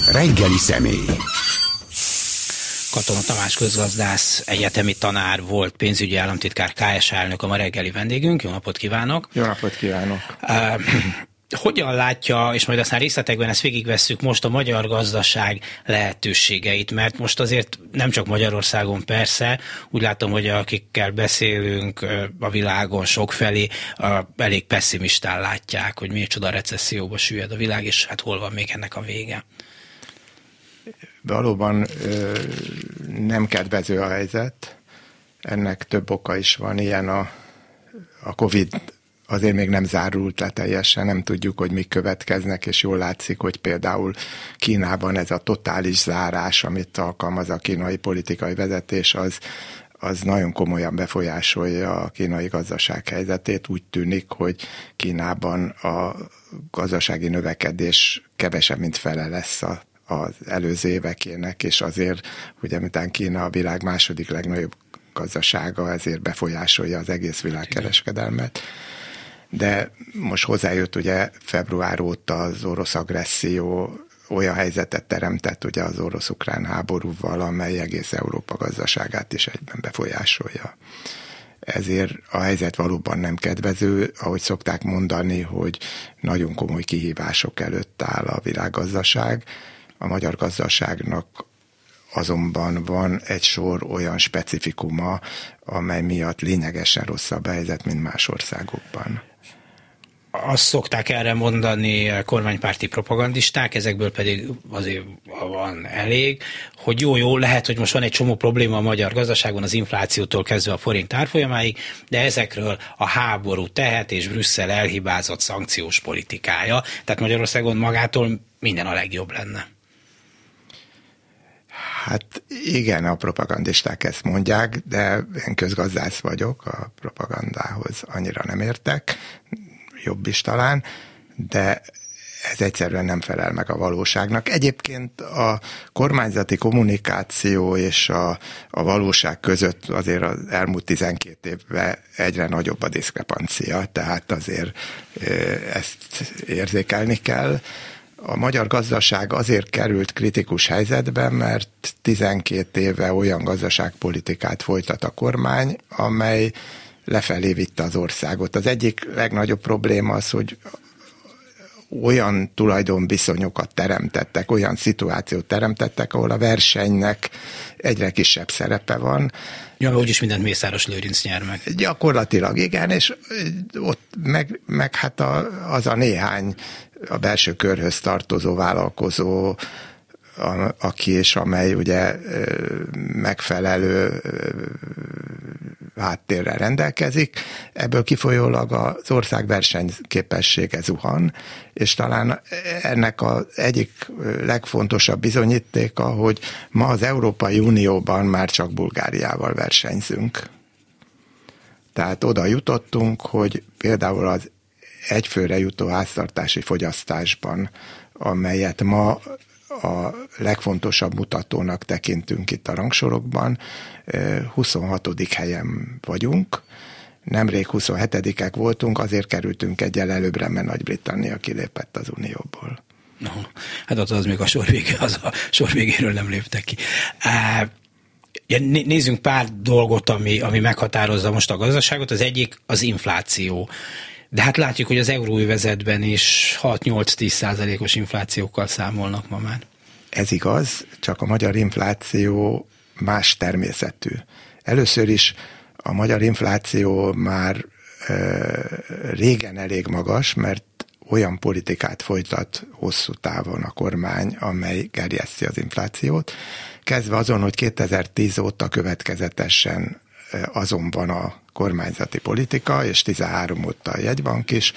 Reggeli személy. Katona Tamás közgazdász, egyetemi tanár, volt pénzügyi államtitkár, KS elnök a ma reggeli vendégünk. Jó napot kívánok! Jó napot kívánok! Hogyan látja, és majd aztán részletekben ezt végigvesszük, most a magyar gazdaság lehetőségeit, mert most azért nem csak Magyarországon persze, úgy látom, hogy akikkel beszélünk a világon sokfelé, elég pessimistán látják, hogy micsoda recesszióba süllyed a világ, és hát hol van még ennek a vége. Valóban nem kedvező a helyzet, ennek több oka is van, ilyen a Covid azért még nem zárult le teljesen, nem tudjuk, hogy mik következnek, és jól látszik, hogy például Kínában ez a totális zárás, amit alkalmaz a kínai politikai vezetés, az nagyon komolyan befolyásolja a kínai gazdaság helyzetét. Úgy tűnik, hogy Kínában a gazdasági növekedés kevesebb, mint fele lesz az előző évekének, és azért, ugye miután Kína a világ második legnagyobb gazdasága, ezért befolyásolja az egész világkereskedelmet. De most hozzájött ugye február óta az orosz agresszió olyan helyzetet teremtett ugye az orosz-ukrán háborúval, amely egész Európa gazdaságát is egyben befolyásolja. Ezért a helyzet valóban nem kedvező, ahogy szokták mondani, hogy nagyon komoly kihívások előtt áll a világgazdaság. A magyar gazdaságnak azonban van egy sor olyan specifikuma, amely miatt lényegesen rosszabb a helyzet, mint más országokban. Azt szokták erre mondani kormánypárti propagandisták, ezekből pedig azért van elég, hogy jó, lehet, hogy most van egy csomó probléma a magyar gazdaságban, az inflációtól kezdve a forint árfolyamáig, de ezekről a háború tehet és Brüsszel elhibázott szankciós politikája, tehát Magyarországon magától minden a legjobb lenne. Hát igen, a propagandisták ezt mondják, de én közgazdász vagyok, a propagandához annyira nem értek, jobb is talán, de ez egyszerűen nem felel meg a valóságnak. Egyébként a kormányzati kommunikáció és a valóság között azért az elmúlt 12 évben egyre nagyobb a diszkrepancia, tehát azért ezt érzékelni kell. A magyar gazdaság azért került kritikus helyzetbe, mert 12 éve olyan gazdaságpolitikát folytat a kormány, amely lefelé vitte az országot. Az egyik legnagyobb probléma az, hogy olyan tulajdonviszonyokat teremtettek, olyan szituációt teremtettek, ahol a versenynek egyre kisebb szerepe van. Ja, úgyis mindent Mészáros Lőrinc nyer meg. Gyakorlatilag igen, és ott meg hát az a néhány a belső körhöz tartozó vállalkozó, aki és amely ugye megfelelő háttérrel rendelkezik, ebből kifolyólag az ország versenyképessége zuhan, és talán ennek az egyik legfontosabb bizonyítéka, hogy ma az Európai Unióban már csak Bulgáriával versenyzünk. Tehát oda jutottunk, hogy például az egyfőre jutó háztartási fogyasztásban, amelyet ma a legfontosabb mutatónak tekintünk itt a rangsorokban, 26. helyen vagyunk. Nemrég 27-ek voltunk, azért kerültünk egyel előbbre, mert Nagy-Britannia kilépett az Unióból. No, hát az még a sor végéről nem léptek ki. Nézzünk pár dolgot, ami meghatározza most a gazdaságot. Az egyik az infláció. De hát látjuk, hogy az euróövezetben is 6-8-10%-os inflációkkal számolnak ma már. Ez igaz, csak a magyar infláció más természetű. Először is a magyar infláció már régen elég magas, mert olyan politikát folytat hosszú távon a kormány, amely gerjeszti az inflációt. Kezdve azon, hogy 2010 óta következetesen azon van a kormányzati politika, és 13 óta a jegybank is,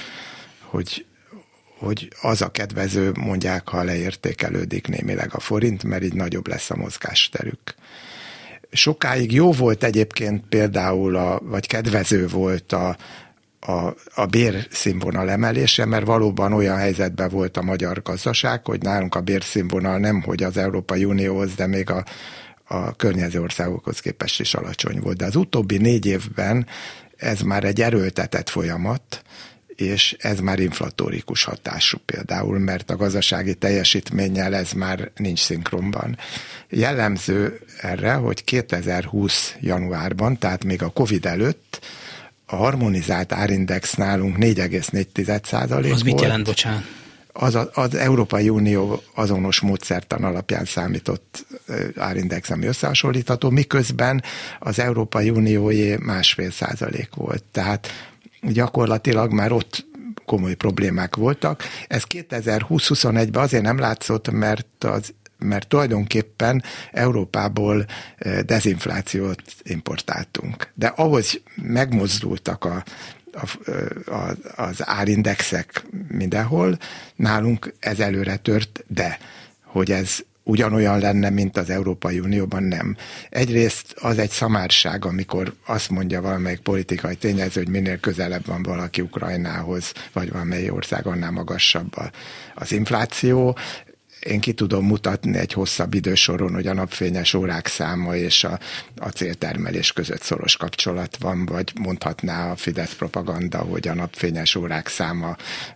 hogy az a kedvező, mondják, ha leértékelődik némileg a forint, mert így nagyobb lesz a mozgásterük. Sokáig jó volt egyébként például, vagy kedvező volt a bérszínvonal emelése, mert valóban olyan helyzetben volt a magyar gazdaság, hogy nálunk a bérszínvonal nem, hogy az Európai Unióhoz, de még a környező országokhoz képest is alacsony volt. De az utóbbi 4 évben ez már egy erőltetett folyamat, és ez már inflatórikus hatású például, mert a gazdasági teljesítménnyel ez már nincs szinkronban. Jellemző erre, hogy 2020 januárban, tehát még a Covid előtt a harmonizált árindex nálunk 4,4% volt. Az mit jelent, bocsánat? Az Európai Unió azonos módszertan alapján számított árindex, ami összehasonlítható, miközben az Európai Unióé 1,5% volt. Tehát gyakorlatilag már ott komoly problémák voltak. Ez 2020-21-ben azért nem látszott, mert tulajdonképpen Európából dezinflációt importáltunk. De ahhoz megmozdultak az árindexek mindenhol, nálunk ez előre tört, de hogy ez ugyanolyan lenne, mint az Európai Unióban, nem. Egyrészt az egy szamárság, amikor azt mondja valamelyik politikai tényező, hogy minél közelebb van valaki Ukrajnához, vagy valamely ország, annál magasabb az infláció. Én ki tudom mutatni egy hosszabb idősoron, hogy a napfényes órák száma és a acéltermelés között szoros kapcsolat van, vagy mondhatná a Fidesz propaganda, hogy a napfényes órák száma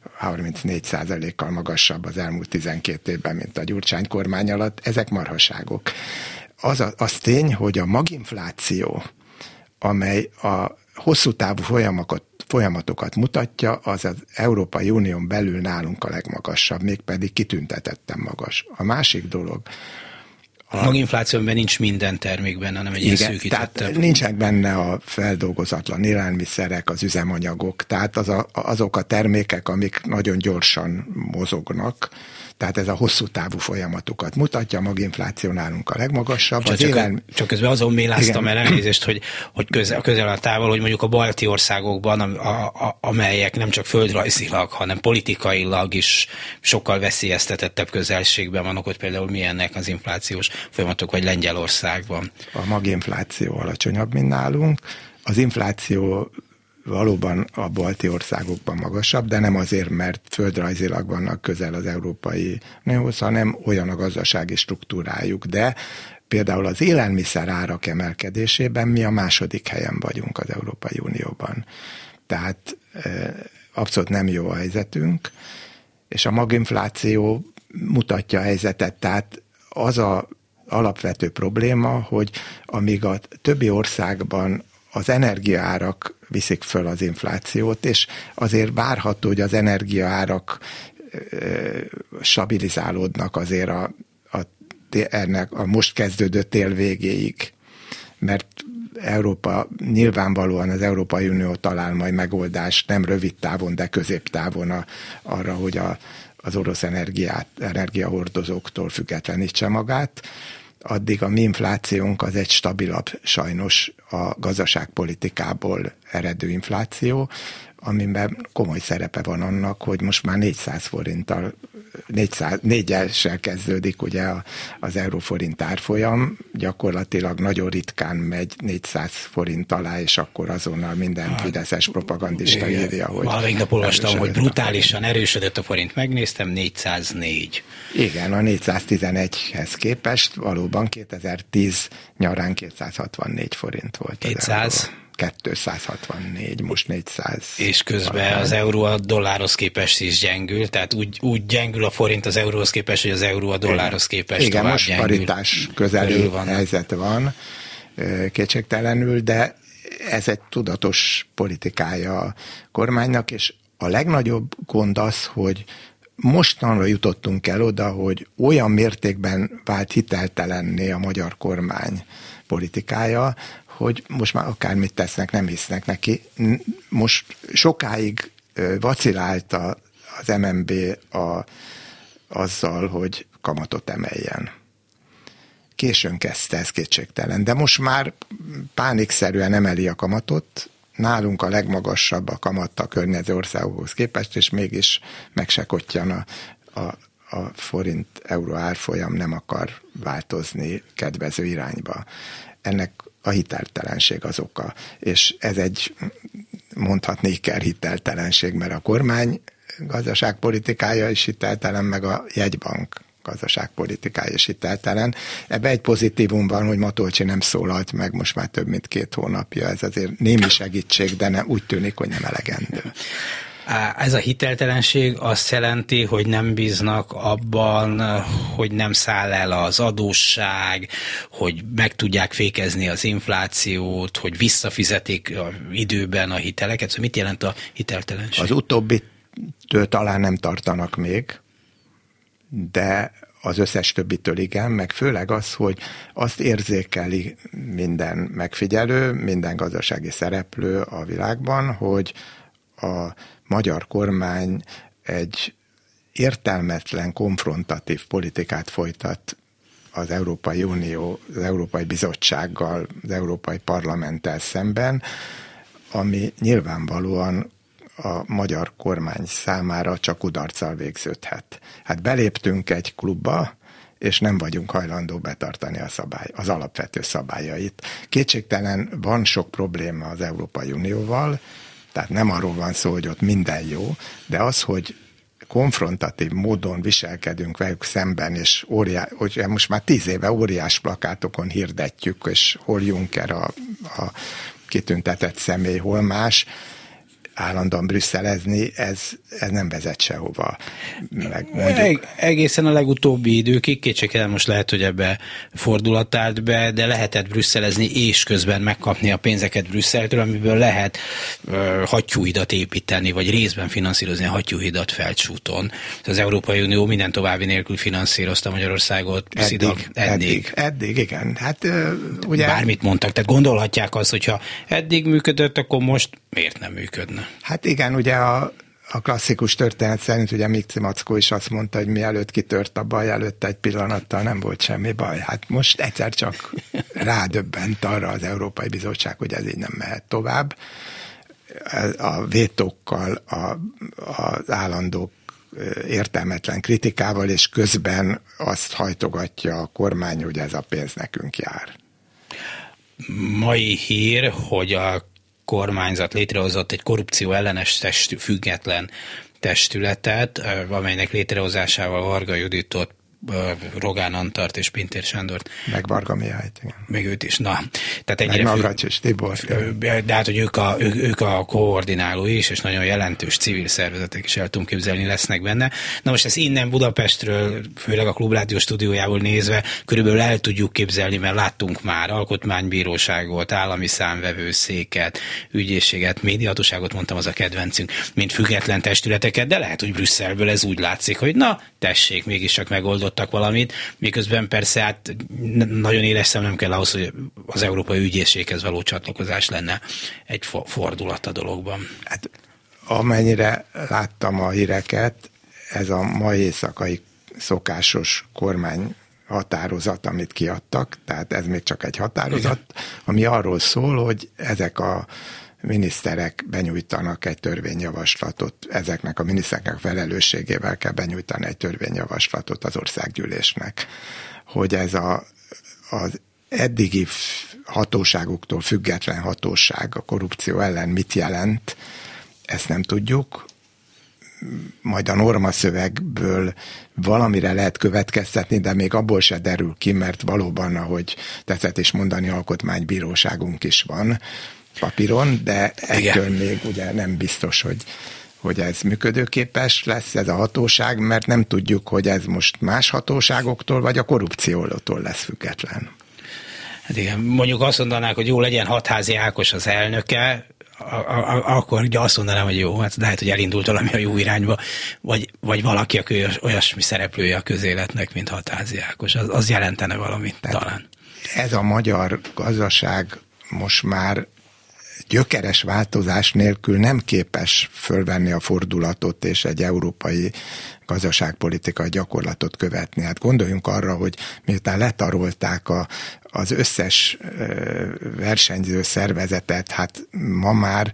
34%-kal magasabb az elmúlt 12 évben, mint a Gyurcsány kormány alatt. Ezek marhaságok. Az tény, hogy a maginfláció, amely a hosszú távú folyamatokat mutatja, az Európai Unión belül nálunk a legmagasabb, mégpedig kitüntetetten magas. A másik dolog... A maginflációban nincs minden termékben, hanem egy ilyen szűkítettebb. Tehát nincsenek benne a feldolgozatlan élelmiszerek, az üzemanyagok, tehát azok a termékek, amik nagyon gyorsan mozognak, tehát ez a hosszú távú folyamatokat mutatja, a maginfláció nálunk a legmagasabb. Csak közben azon méláztam el elnézést, hogy közel a távol, hogy mondjuk a balti országokban, amelyek nem csak földrajzilag, hanem politikailag is sokkal veszélyeztetettebb közelségben vannak, hogy például milyennek az inflációs folyamatok, vagy Lengyelországban. A maginfláció alacsonyabb, mint nálunk. Az infláció valóban a balti országokban magasabb, de nem azért, mert földrajzilag vannak közel az Európai Unióhoz, hanem olyan a gazdasági struktúrájuk. De például az élelmiszer árak emelkedésében mi a második helyen vagyunk az Európai Unióban. Tehát abszolút nem jó a helyzetünk, és a maginfláció mutatja a helyzetet. Tehát az az alapvető probléma, hogy amíg a többi országban az energiaárak viszik föl az inflációt, és azért várható, hogy az energiaárak stabilizálódnak azért ennek a most kezdődő tél végéig, mert Európa nyilvánvalóan az Európai Unió talál majd megoldást nem rövid távon, de középtávon arra, hogy az orosz energiahordozóktól függetlenítse magát. Addig a mi inflációnk az egy stabilabb, sajnos a gazdaságpolitikából eredő infláció, amiben komoly szerepe van annak, hogy most már 400 forinttal, 4-essel kezdődik ugye az euróforint árfolyam, gyakorlatilag nagyon ritkán megy 400 forint alá, és akkor azonnal minden fideszes propagandista írja, hogy... Valamelyik nap olvastam, hogy brutálisan erősödött a forint, megnéztem, 404. Igen, a 411-hez képest valóban 2010 nyarán 264 forint volt. 200? 264, most 400. És közben az euró a dollárhoz képest is gyengül, tehát úgy gyengül a forint az euróhoz képest, hogy az euró a dollárhoz képest igen, tovább most gyengül. paritás közeli helyzet van, kétségtelenül, de ez egy tudatos politikája a kormánynak, és a legnagyobb gond az, hogy mostanra jutottunk el oda, hogy olyan mértékben vált hiteltelenné a magyar kormány politikája, hogy most már akármit tesznek, nem hisznek neki. Most sokáig vacillált az MNB azzal, hogy kamatot emeljen. Későn kezdte, ez kétségtelen, de most már pánikszerűen emeli a kamatot, nálunk a legmagasabb a kamat a környező országokhoz képest, és mégis meg se kottyan a forint-euró árfolyam nem akar változni kedvező irányba. Ennek a hiteltelenség az oka. És ez egy mondhatni ikerhiteltelenség, mert a kormány gazdaságpolitikája is hiteltelen, meg a jegybank gazdaságpolitikája is hiteltelen. Ebben egy pozitívum van, hogy Matolcsi nem szólalt meg most már több mint 2 hónapja. Ez azért némi segítség, de úgy tűnik, hogy nem elegendő. Ez a hiteltelenség azt jelenti, hogy nem bíznak abban, hogy nem száll el az adósság, hogy meg tudják fékezni az inflációt, hogy visszafizetik időben a hiteleket. Szóval mit jelent a hiteltelenség? Az utóbbitől talán nem tartanak még, de az összes többitől igen, meg főleg az, hogy azt érzékeli minden megfigyelő, minden gazdasági szereplő a világban, hogy a magyar kormány egy értelmetlen, konfrontatív politikát folytat az Európai Unió, az Európai Bizottsággal, az Európai Parlamenttel szemben, ami nyilvánvalóan a magyar kormány számára csak kudarccal végződhet. Hát beléptünk egy klubba, és nem vagyunk hajlandó betartani az alapvető szabályait. Kétségtelen van sok probléma az Európai Unióval, tehát nem arról van szó, hogy ott minden jó, de az, hogy konfrontatív módon viselkedünk velük szemben, és hogy most már 10 éve óriás plakátokon hirdetjük, és hol Juncker a kitüntetett személy, hol más, állandóan brüsszelezni, ez nem vezet sehova. Egészen a legutóbbi időkig, kétségtelen most lehet, hogy ebbe fordulat állt be, de lehetett brüsszelezni, és közben megkapni a pénzeket Brüsszeltől, amiből lehet hattyúhidat építeni, vagy részben finanszírozni a hattyúhidat Feldsúton. Az Európai Unió minden további nélkül finanszírozta Magyarországot. Eddig, igen. Hát, ugye... Bármit mondtak, tehát gondolhatják azt, hogyha eddig működött, akkor most miért nem működne? Hát igen, ugye a klasszikus történet szerint ugye Mikci Mackó is azt mondta, hogy mielőtt kitört a baj, előtte egy pillanattal nem volt semmi baj. Hát most egyszer csak rádöbbent arra az Európai Bizottság, hogy ez így nem mehet tovább. A vétókkal, az állandó értelmetlen kritikával, és közben azt hajtogatja a kormány, hogy ez a pénz nekünk jár. Mai hír, hogy a kormányzat létrehozott egy korrupció ellenes független testületet, amelynek létrehozásával Varga Juditot, Rogán Antart és Pintér Sándort. Meg Varga Mihályt, igen. Meg őt is, na. Tehát ennyire meg Navracsics Tibor. De hát, hogy ők a koordinálói is, és nagyon jelentős civil szervezetek is el tudom képzelni lesznek benne. Na most ezt innen Budapestről, főleg a Klubrádió stúdiójából nézve, körülbelül el tudjuk képzelni, mert láttunk már alkotmánybíróságot, állami számvevőszéket, ügyészséget, médiahatóságot, mondtam, az a kedvencünk, mint független testületeket, de lehet, hogy Brüsszelből ez úgy látszik, hogy na, tessék, mégiscsak megoldottak valamit, miközben persze hát nagyon éles szem nem kell ahhoz, hogy az Európai Ügyészséghez való csatlakozás lenne egy fordulat a dologban. Hát amennyire láttam a híreket, ez a mai éjszakai szokásos kormány határozat, amit kiadtak, tehát ez még csak egy határozat, ami arról szól, hogy ezek a miniszterek benyújtanak egy törvényjavaslatot, ezeknek a minisztereknek felelősségével kell benyújtani egy törvényjavaslatot az országgyűlésnek, hogy ez az eddigi hatóságoktól független hatóság a korrupció ellen mit jelent, ezt nem tudjuk. Majd a normaszövegből valamire lehet következtetni, de még abból se derül ki, mert valóban, ahogy tetszett is mondani, alkotmánybíróságunk is van papíron, de ettől még ugye nem biztos, hogy ez működőképes lesz ez a hatóság, mert nem tudjuk, hogy ez most más hatóságoktól, vagy a korrupciótól lesz független. Hát igen, mondjuk azt mondanák, hogy jó, legyen Hatházi Ákos az elnöke, akkor ugye azt mondanám, hogy jó, hát lehet, hogy elindult valami a jó irányba, vagy valaki, aki olyasmi szereplője a közéletnek, mint Hatházi Ákos, az jelentene valamit talán. Ez a magyar gazdaság most már gyökeres változás nélkül nem képes fölvenni a fordulatot és egy európai gazdaságpolitikai gyakorlatot követni. Hát gondoljunk arra, hogy miután letarolták az összes versenyző szervezetet, hát ma már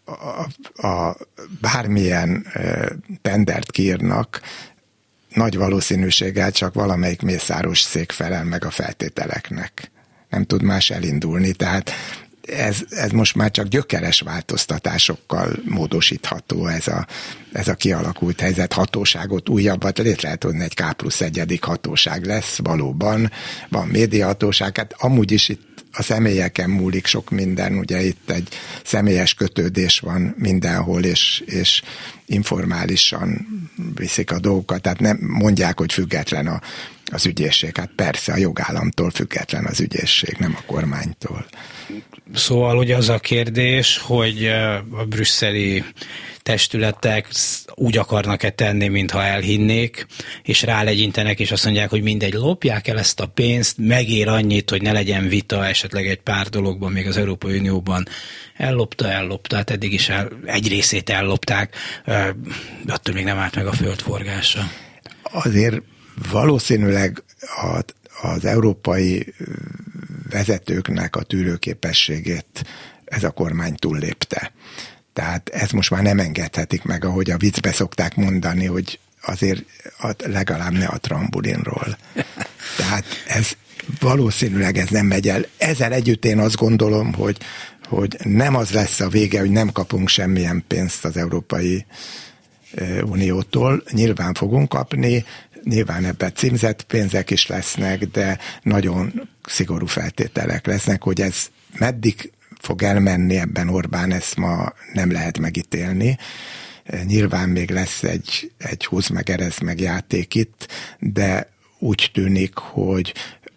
bármilyen tendert kiírnak, nagy valószínűséggel csak valamelyik mészáros szék felel meg a feltételeknek. Nem tud más elindulni, tehát ez most már csak gyökeres változtatásokkal módosítható ez a kialakult helyzet. Hatóságot újabbat létre lehet hozni, egy K+1 hatóság lesz, valóban van médiahatóság, hát amúgy is itt a személyeken múlik sok minden, ugye itt egy személyes kötődés van mindenhol, és informálisan viszik a dolgokat, tehát nem mondják, hogy független az ügyészség. Hát persze a jogállamtól független az ügyészség, nem a kormánytól. Szóval ugye az a kérdés, hogy a brüsszeli testületek úgy akarnak-e tenni, mintha elhinnék, és rálegyintenek, és azt mondják, hogy mindegy, lopják el ezt a pénzt, megér annyit, hogy ne legyen vita esetleg egy pár dologban, még az Európai Unióban ellopta, hát eddig is egy részét ellopták, attól még nem állt meg a földforgása. Azért valószínűleg az európai vezetőknek a tűrőképességét ez a kormány túllépte. Tehát ezt most már nem engedhetik meg, ahogy a viccbe szokták mondani, hogy azért legalább ne a trambulinról. Tehát ez valószínűleg ez nem megy el. Ezzel együtt én azt gondolom, hogy nem az lesz a vége, hogy nem kapunk semmilyen pénzt az Európai Uniótól. Nyilván fogunk kapni, nyilván ebben címzett pénzek is lesznek, de nagyon szigorú feltételek lesznek, hogy ez meddig fog elmenni, ebben Orbán ezt ma nem lehet megítélni. Nyilván még lesz egy húz meg, erez meg játék itt, de úgy tűnik, hogy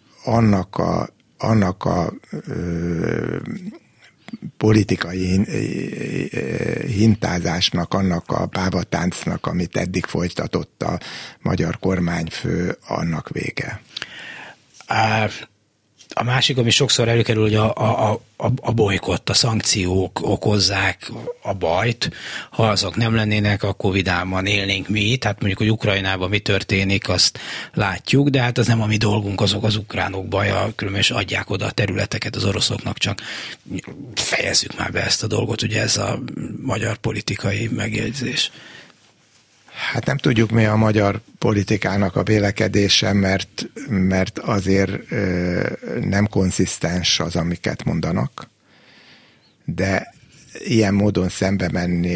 annak a politikai hintázásnak, annak a pávatáncnak, amit eddig folytatott a magyar kormányfő, annak vége. A másik, ami sokszor előkerül, hogy a bolykott, a szankciók okozzák a bajt. Ha azok nem lennének, akkor vidáman élnénk mi itt. Hát mondjuk, hogy Ukrajnában mi történik, azt látjuk, de hát az nem a mi dolgunk, azok az ukránok baja, különben is adják oda a területeket az oroszoknak, csak fejezzük már be ezt a dolgot, ugye ez a magyar politikai megjegyzés. Hát nem tudjuk, mi a magyar politikának a vélekedése, mert azért nem konzisztens az, amiket mondanak, de ilyen módon szembe menni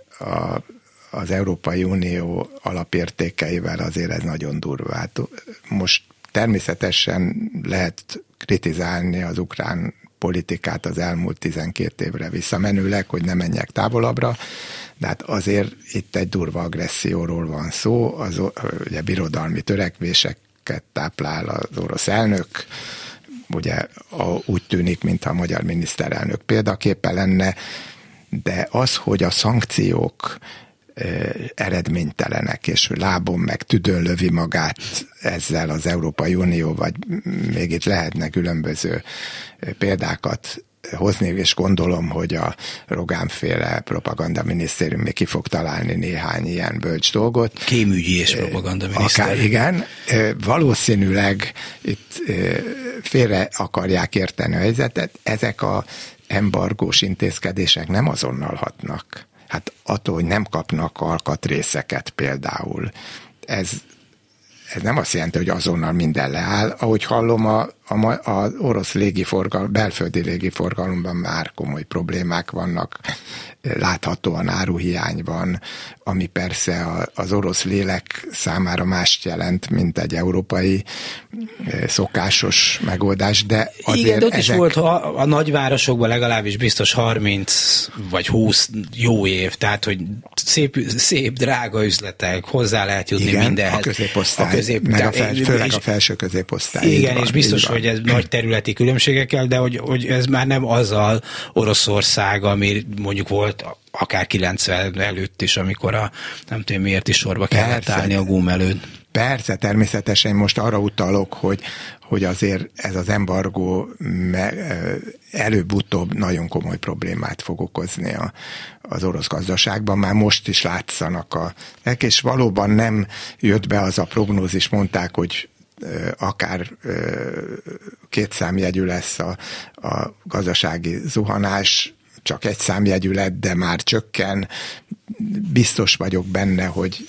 az Európai Unió alapértékeivel azért ez nagyon durva. Most természetesen lehet kritizálni az ukrán politikát az elmúlt 12 évre visszamenőleg, hogy ne menjek távolabbra, de hát azért itt egy durva agresszióról van szó, ugye birodalmi törekvéseket táplál az orosz elnök, ugye úgy tűnik, mintha a magyar miniszterelnök példaképe lenne, de az, hogy a szankciók eredménytelenek, és lábon meg tüdőn lövi magát ezzel az Európai Unió, vagy még itt lehetne különböző példákat hozni, és gondolom, hogy a Rogán-féle propagandaminisztérium még ki fog találni néhány ilyen bölcs dolgot. Kémügyi és propagandaminisztérium. Igen, valószínűleg itt félre akarják érteni a helyzetet. Ezek az embargós intézkedések nem azonnal hatnak. Hát attól, hogy nem kapnak alkatrészeket például, ez nem azt jelenti, hogy azonnal minden leáll. Ahogy hallom, az orosz belföldi légiforgalomban már komoly problémák vannak, láthatóan áruhiány van, ami persze az orosz lélek számára mást jelent, mint egy európai szokásos megoldás, de azért igen, de ott is volt a nagyvárosokban legalábbis biztos 30 vagy 20 jó év, tehát hogy szép drága üzletek, hozzá lehet jutni igen, mindenhez. A középosztály, főleg a felső középosztály. Igen, és biztos, hogy ez nagy területi különbségekkel, de hogy ez már nem azzal Oroszország, ami mondjuk volt akár 90 előtt is, amikor nem tudom miért is sorba kellett állni a góm előtt. Persze, természetesen most arra utalok, hogy azért ez az embargó előbb-utóbb nagyon komoly problémát fog okozni az orosz gazdaságban. Már most is látszanak és valóban nem jött be az a prognózis, mondták, hogy akár 2 számjegyű lesz a gazdasági zuhanás, csak 1 számjegyű lett, de már csökken. Biztos vagyok benne, hogy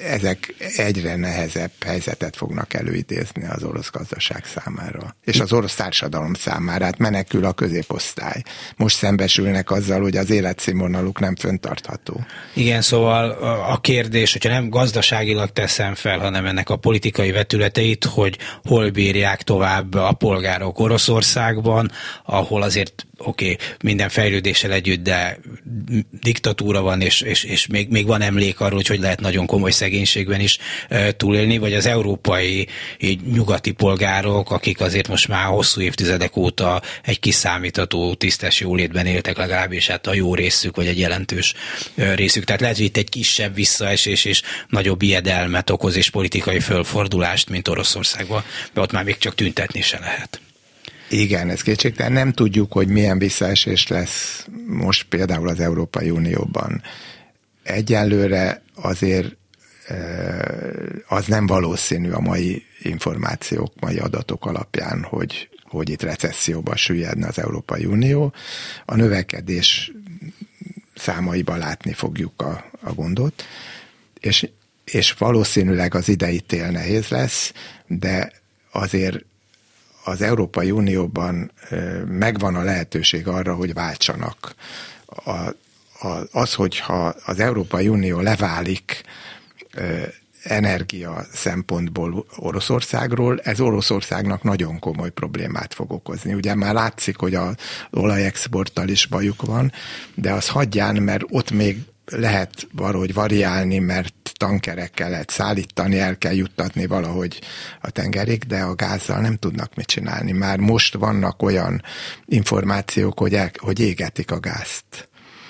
ezek egyre nehezebb helyzetet fognak előidézni az orosz gazdaság számára, és az orosz társadalom számára. Hát menekül a középosztály. Most szembesülnek azzal, hogy az életszínvonaluk nem fenntartható. Igen, szóval a kérdés, hogyha nem gazdaságilag teszem fel, hanem ennek a politikai vetületeit, hogy hol bírják tovább a polgárok Oroszországban, ahol azért minden fejlődéssel együtt, de diktatúra van, és még van emlék arról, hogy lehet nagyon komoly szegénységben is túlélni, vagy az európai nyugati polgárok, akik azért most már hosszú évtizedek óta egy kiszámítható, tisztes jólétben éltek, legalábbis hát a jó részük, vagy egy jelentős részük. Tehát lehet, hogy itt egy kisebb visszaesés és nagyobb ijedelmet okoz, és politikai fölfordulást, mint Oroszországban, de ott már még csak tüntetni se lehet. Igen, ez kétségtelen. Nem tudjuk, hogy milyen visszaesés lesz most például az Európai Unióban. Egyelőre azért az nem valószínű a mai információk, mai adatok alapján, hogy itt recesszióba süllyedne az Európai Unió. A növekedés számaiban látni fogjuk a gondot, és valószínűleg az idei tél nehéz lesz, de azért az Európai Unióban megvan a lehetőség arra, hogy váltsanak. Az, hogyha az Európai Unió leválik energia szempontból Oroszországról, ez Oroszországnak nagyon komoly problémát fog okozni. Ugye már látszik, hogy az olajexporttal is bajuk van, de az hagyján, mert ott még lehet valahogy variálni, mert tankerekkel lehet szállítani, el kell juttatni valahogy a tengerig, de a gázzal nem tudnak mit csinálni. Már most vannak olyan információk, hogy égetik a gázt,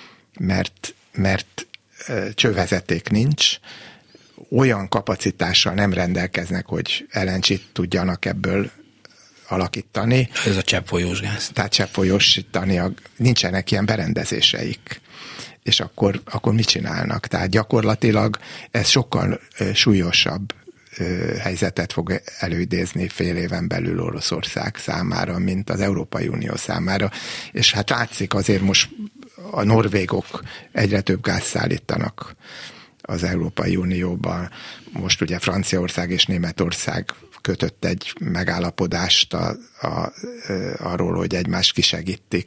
mert csővezeték nincs, olyan kapacitással nem rendelkeznek, hogy LNG-t tudjanak ebből alakítani. Ez a cseppfolyós gáz. Tehát cseppfolyósítani, nincsenek ilyen berendezéseik. És akkor mit csinálnak? Tehát gyakorlatilag ez sokkal súlyosabb helyzetet fog előidézni fél éven belül Oroszország számára, mint az Európai Unió számára. És hát látszik azért most a norvégok egyre több gáz szállítanak az Európai Unióban. Most ugye Franciaország és Németország kötött egy megállapodást arról, hogy egymást kisegítik.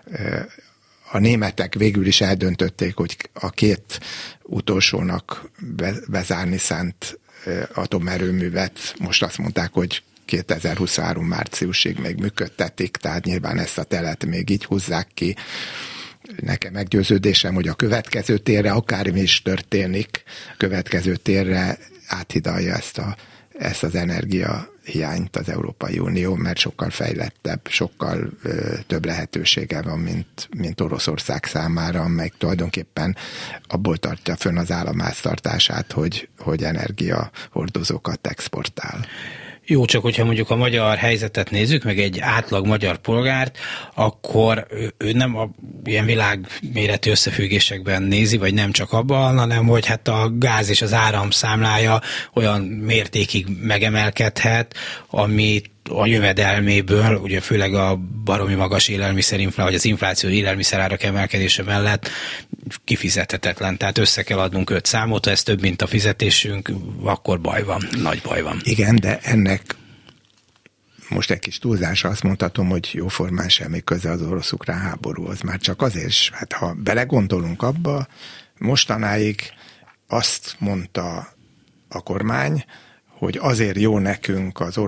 A németek végül is eldöntötték, hogy a két utolsónak bezárni szánt atomerőművet most azt mondták, hogy 2023 márciusig még működtetik, tehát nyilván ezt a telet még így húzzák ki. Nekem meggyőződésem, hogy a következő térre, akármi is történik, a következő térre áthidalja ezt az energiahiányt az Európai Unió, mert sokkal fejlettebb, sokkal több lehetősége van, mint Oroszország számára, amely tulajdonképpen abból tartja fönn az államháztartását, hogy energiahordozókat exportál. Jó, csak hogyha mondjuk a magyar helyzetet nézzük, meg egy átlag magyar polgárt, akkor ő nem ilyen világméretű összefüggésekben nézi, vagy nem csak abban, hanem hogy hát a gáz és az áram számlája olyan mértékig megemelkedhet, amit a jövedelméből, ugye főleg a baromi magas élelmiszerinfláció, vagy az infláció élelmiszerárak emelkedése mellett kifizethetetlen. Tehát össze kell adnunk 5 számot, ha ez több, mint a fizetésünk, akkor baj van, nagy baj van. Igen, de ennek most egy kis túlzása azt mondhatom, hogy jóformán semmi köze az orosz-ukrán háborúhoz. Már csak azért is, hát ha belegondolunk abba, mostanáig azt mondta a kormány, hogy azért jó nekünk az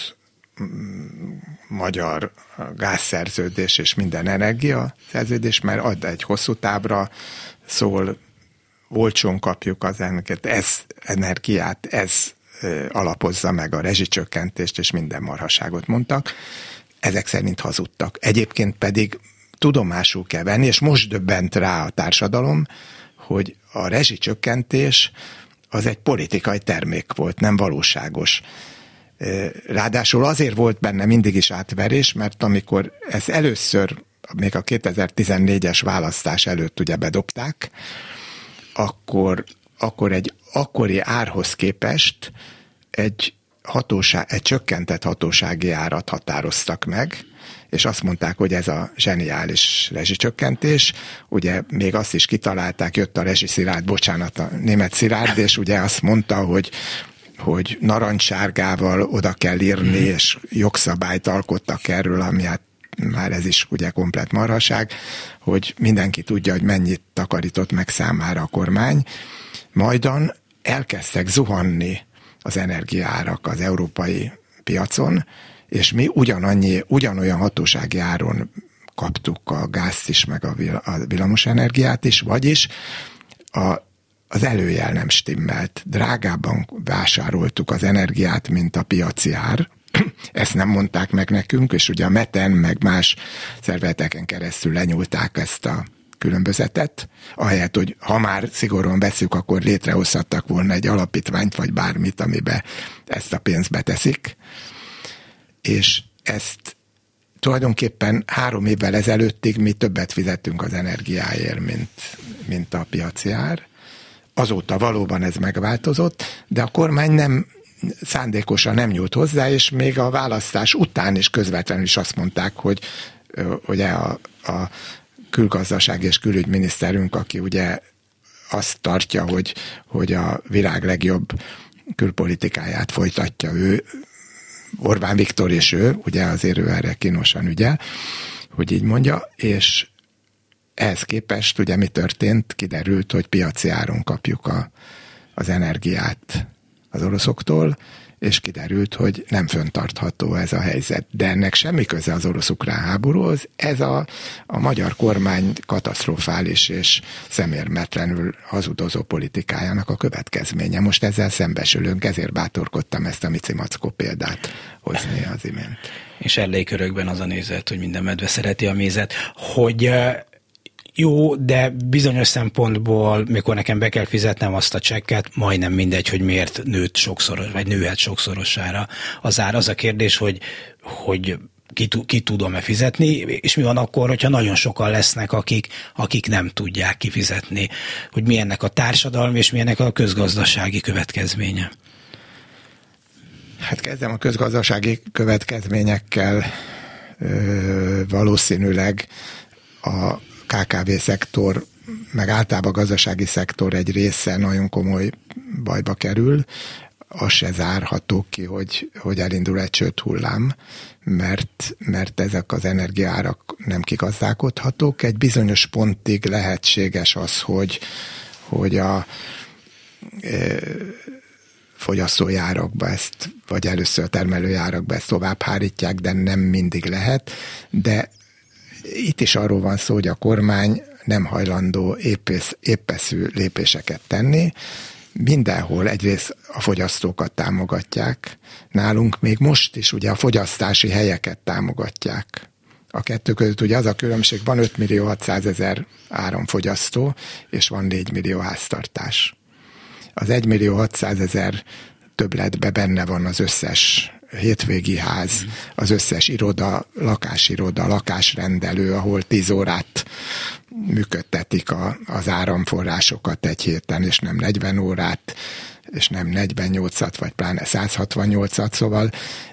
orosz-magyar gázszerződés és minden energiaszerződés, mert ad egy hosszú távra, szól, olcsón kapjuk az energiát, ez alapozza meg a rezsicsökkentést, és minden marhaságot mondtak. Ezek szerint hazudtak. Egyébként pedig tudomásul kell venni, és most döbbent rá a társadalom, hogy a rezsicsökkentés az egy politikai termék volt, nem valóságos. Ráadásul azért volt benne mindig is átverés, mert amikor ezt először, még a 2014-es választás előtt ugye bedobták, akkor egy akkori árhoz képest egy csökkentett hatósági árat határoztak meg, és azt mondták, hogy ez a zseniális rezsicsökkentés. Ugye még azt is kitalálták, jött a rezsiszilárd, bocsánat, a német Szilárd, és ugye azt mondta, hogy narancssárgával oda kell írni, és jogszabályt alkottak erről, ami hát már ez is ugye komplet marhaság, hogy mindenki tudja, hogy mennyit takarított meg számára a kormány. Majdan elkezdtek zuhanni az energiaárak az európai piacon, és mi ugyanolyan hatósági áron kaptuk a gázt is, meg a villamos energiát is, vagyis az előjel nem stimmelt. Drágábban vásároltuk az energiát, mint a piaci ár. Ezt nem mondták meg nekünk, és ugye a Meten, meg más szervezeteken keresztül lenyúlták ezt a különbözetet, ahelyett, hogy ha már szigorúan veszük, akkor létrehozhattak volna egy alapítványt, vagy bármit, amiben ezt a pénzt beteszik. És ezt tulajdonképpen 3 évvel ezelőttig mi többet fizettünk az energiáért, mint a piaci ár. Azóta valóban ez megváltozott, de a kormány nem szándékosan nem nyújt hozzá, és még a választás után is közvetlenül is azt mondták, hogy ugye a külgazdaság és külügyminiszterünk, aki ugye azt tartja, hogy a világ legjobb külpolitikáját folytatja ő, Orbán Viktor és ő, ugye azért ő erre kínosan ügyel, hogy így mondja, és ehhez képest ugye mi történt? Kiderült, hogy piaci áron kapjuk az energiát az oroszoktól, és kiderült, hogy nem fenntartható ez a helyzet. De ennek semmi köze az orosz-ukrán háborúhoz, ez a magyar kormány katasztrofális és szemérmetlenül hazudozó politikájának a következménye. Most ezzel szembesülünk, ezért bátorkodtam ezt a Mici-Mackó példát hozni az imént. És ellélykörökben az a nézet, hogy minden medve szereti a mézet, hogy jó, de bizonyos szempontból, mikor nekem be kell fizetnem azt a csekket, majdnem mindegy, hogy miért nőtt sokszoros, vagy nőhet sokszorosára az ár. Az a kérdés, hogy ki tudom-e fizetni, és mi van akkor, hogyha nagyon sokan lesznek, akik nem tudják kifizetni. Hogy mi ennek a társadalmi, és mi ennek a közgazdasági következménye. Hát kezdem a közgazdasági következményekkel. Valószínűleg a KKV-szektor, meg általában a gazdasági szektor egy része nagyon komoly bajba kerül. Az se zárható ki, hogy elindul egy csődhullám, mert ezek az energiaárak nem kigazdálkodhatók. Egy bizonyos pontig lehetséges az, hogy a fogyasztói árakba ezt, vagy először a termelői árakba ezt tovább hárítják, de nem mindig lehet. De itt is arról van szó, hogy a kormány nem hajlandó éppeszű lépéseket tenni. Mindenhol egyrészt a fogyasztókat támogatják. Nálunk még most is ugye a fogyasztási helyeket támogatják. A kettő között ugye az a különbség, van 5.600.000 áramfogyasztó, és van 4 millió háztartás. Az 1.600.000 többletben benne van az összes hétvégi ház, az összes iroda, lakásrendelő, ahol 10 órát működtetik az áramforrásokat egy héten, és nem 40 órát, és nem 48-at, vagy pláne 168-at, szóval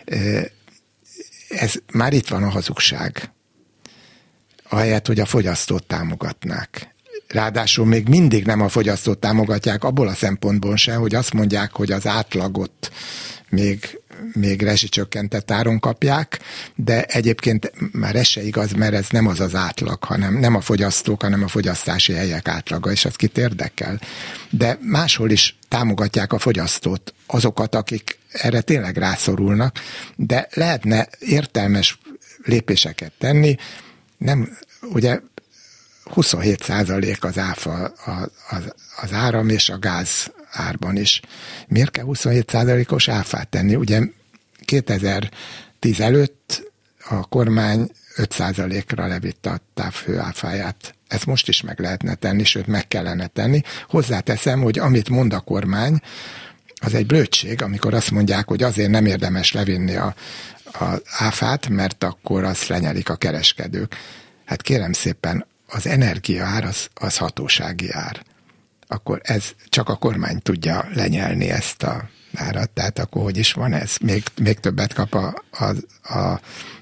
ez már itt van a hazugság. Ahelyett, hogy a fogyasztót támogatnák. Ráadásul még mindig nem a fogyasztót támogatják, abból a szempontból sem, hogy azt mondják, hogy az átlagot még rezsicsökkentett áron kapják, de egyébként már ez se igaz, mert ez nem az átlag, hanem nem a fogyasztók, hanem a fogyasztási helyek átlaga, és az kit érdekel. De máshol is támogatják a fogyasztót, azokat, akik erre tényleg rászorulnak, de lehetne értelmes lépéseket tenni. Nem, ugye 27% az áfa az áram és a gáz árban is. Miért kell 27%-os áfát tenni? Ugye 2010 előtt a kormány 5%-ra levitte a távhő áfáját. Ezt most is meg lehetne tenni, sőt meg kellene tenni. Hozzáteszem, hogy amit mond a kormány, az egy blödség, amikor azt mondják, hogy azért nem érdemes levinni az áfát, mert akkor azt lenyelik a kereskedők. Hát kérem szépen, az energiaár az hatósági ár. Akkor ez csak a kormány tudja lenyelni ezt a árat, tehát akkor hogy is van ez? Még többet kap a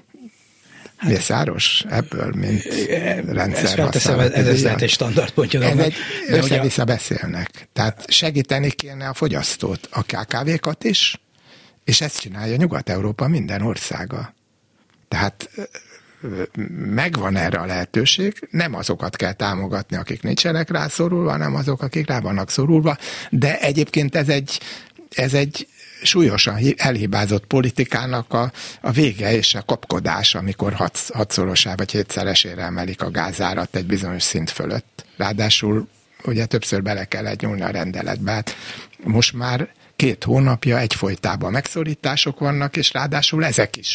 Mészáros ebből, mint rendszerhasználat. Ez lehet egy standardpontja. Össze-vissza beszélnek. Tehát segíteni kéne a fogyasztót, a KKV-kat is, és ezt csinálja Nyugat-Európa minden országa. Tehát megvan erre a lehetőség, nem azokat kell támogatni, akik nincsenek rászorulva, hanem azok, akik rá vannak szorulva, de egyébként ez egy súlyosan elhibázott politikának a vége és a kapkodás, amikor hatszorosá vagy 7-szeresére emelik a gázárat egy bizonyos szint fölött. Ráadásul ugye többször bele kellett nyúlni a rendeletbe. Hát most már 2 hónapja egyfolytában megszorítások vannak, és ráadásul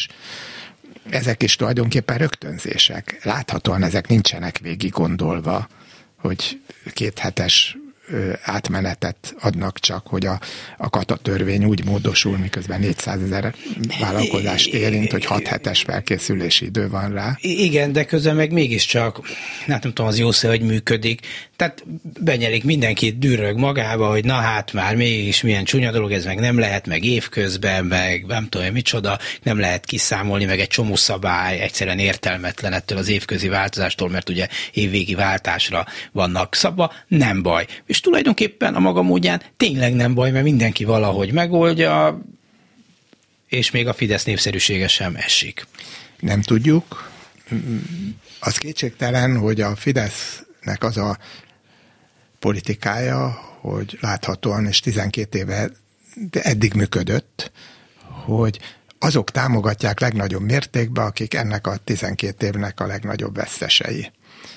ezek is tulajdonképpen rögtönzések. Láthatóan ezek nincsenek végig gondolva, hogy 2 hetes átmenetet adnak csak, hogy a kata törvény úgy módosul, miközben 400 000 vállalkozást érint, hogy 6 hetes felkészülési idő van rá. Igen, de közben meg mégiscsak, nem tudom, az jó szó, hogy működik. Tehát benyelik mindenki, dűrög magába, hogy na hát már mégis milyen csúnya dolog, ez meg nem lehet, meg évközben, meg nem tudom, micsoda, nem lehet kiszámolni, meg egy csomó szabály egyszerűen értelmetlen ettől az évközi változástól, mert ugye évvégi váltásra vannak szabva, nem baj. És tulajdonképpen a maga módján tényleg nem baj, mert mindenki valahogy megoldja, és még a Fidesz népszerűsége sem esik. Nem tudjuk. Az kétségtelen, hogy a Fidesznek az a politikája, hogy láthatóan, és 12 éve eddig működött, hogy azok támogatják legnagyobb mértékben, akik ennek a 12 évnek a legnagyobb vesztesei.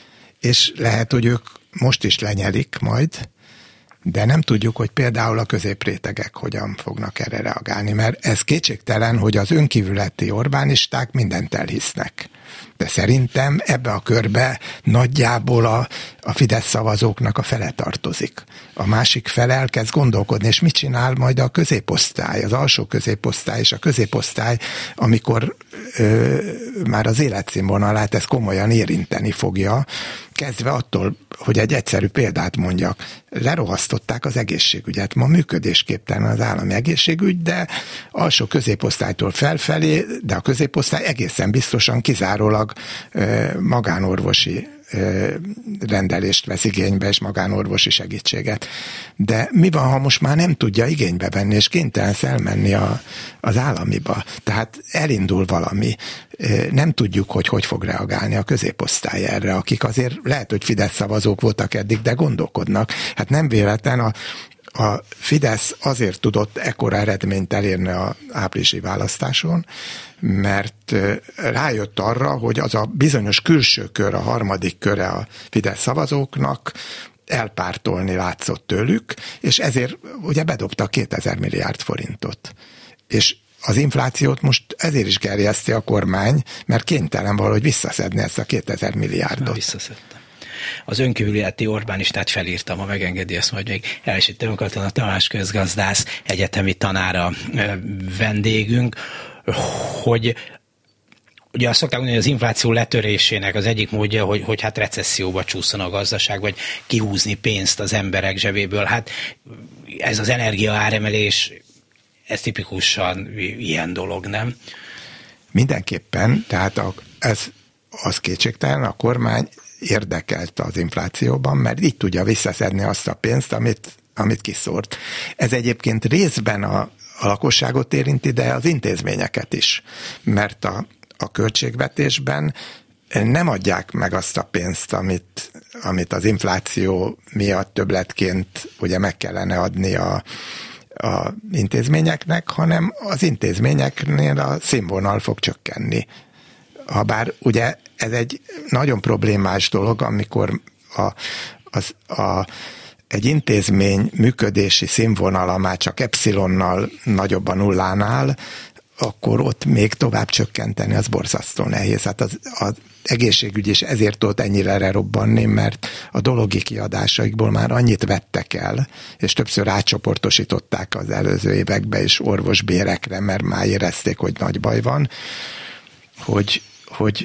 És lehet, hogy ők most is lenyelik majd, de nem tudjuk, hogy például a középrétegek hogyan fognak erre reagálni, mert ez kétségtelen, hogy az önkívületi Orbánisták mindent elhisznek. De szerintem ebbe a körbe nagyjából a Fidesz szavazóknak a fele tartozik. A másik fele elkezd gondolkodni, és mit csinál majd a középosztály, az alsó középosztály és a középosztály, amikor már az életszínvonalát ez komolyan érinteni fogja, kezdve attól, hogy egy egyszerű példát mondjak, lerohasztották az egészségügyet. Ma működésképtelen az állami egészségügy, de alsó középosztálytól felfelé, de a középosztály egészen biztosan kizárólag magánorvosi rendelést vesz igénybe, és magánorvosi segítséget. De mi van, ha most már nem tudja igénybe venni, és kénytelen elmenni az államiba? Tehát elindul valami. Nem tudjuk, hogy fog reagálni a középosztály erre, akik azért lehet, hogy Fidesz szavazók voltak eddig, de gondolkodnak. Hát nem véletlen a Fidesz azért tudott ekkora eredményt elérni az áprilisi választáson, mert rájött arra, hogy az a bizonyos külső kör, a harmadik köre a Fidesz szavazóknak elpártolni látszott tőlük, és ezért ugye bedobta 2000 milliárd forintot. És az inflációt most ezért is gerjeszti a kormány, mert kénytelen valahogy visszaszedni ezt a 2000 milliárdot. Már visszaszedtem. Az önkívületi Orbánistát felírtam, ha megengedi, ezt majd még elsüttem, a Tamás közgazdász egyetemi tanára vendégünk, hogy ugye azt szokták mondani, hogy az infláció letörésének az egyik módja, hogy hát recesszióba csúszson a gazdaság, vagy kihúzni pénzt az emberek zsebéből. Hát ez az energia áremelés, ez tipikusan ilyen dolog, nem? Mindenképpen, tehát az kétségtelen, a kormány érdekelt az inflációban, mert így tudja visszaszedni azt a pénzt, amit kiszórt. Ez egyébként részben a lakosságot érinti, de az intézményeket is, mert a költségvetésben nem adják meg azt a pénzt, amit az infláció miatt többletként ugye meg kellene adni a intézményeknek, hanem az intézményeknél a színvonal fog csökkenni. Habár ugye ez egy nagyon problémás dolog, amikor egy intézmény működési színvonala már csak epszilonnal nagyobb a nullánál, akkor ott még tovább csökkenteni, az borzasztó nehéz. Hát az egészségügy is ezért tudott ennyire lerobbanni, mert a dologi kiadásaikból már annyit vettek el, és többször átcsoportosították az előző évekbe is orvosbérekre, mert már érezték, hogy nagy baj van, hogy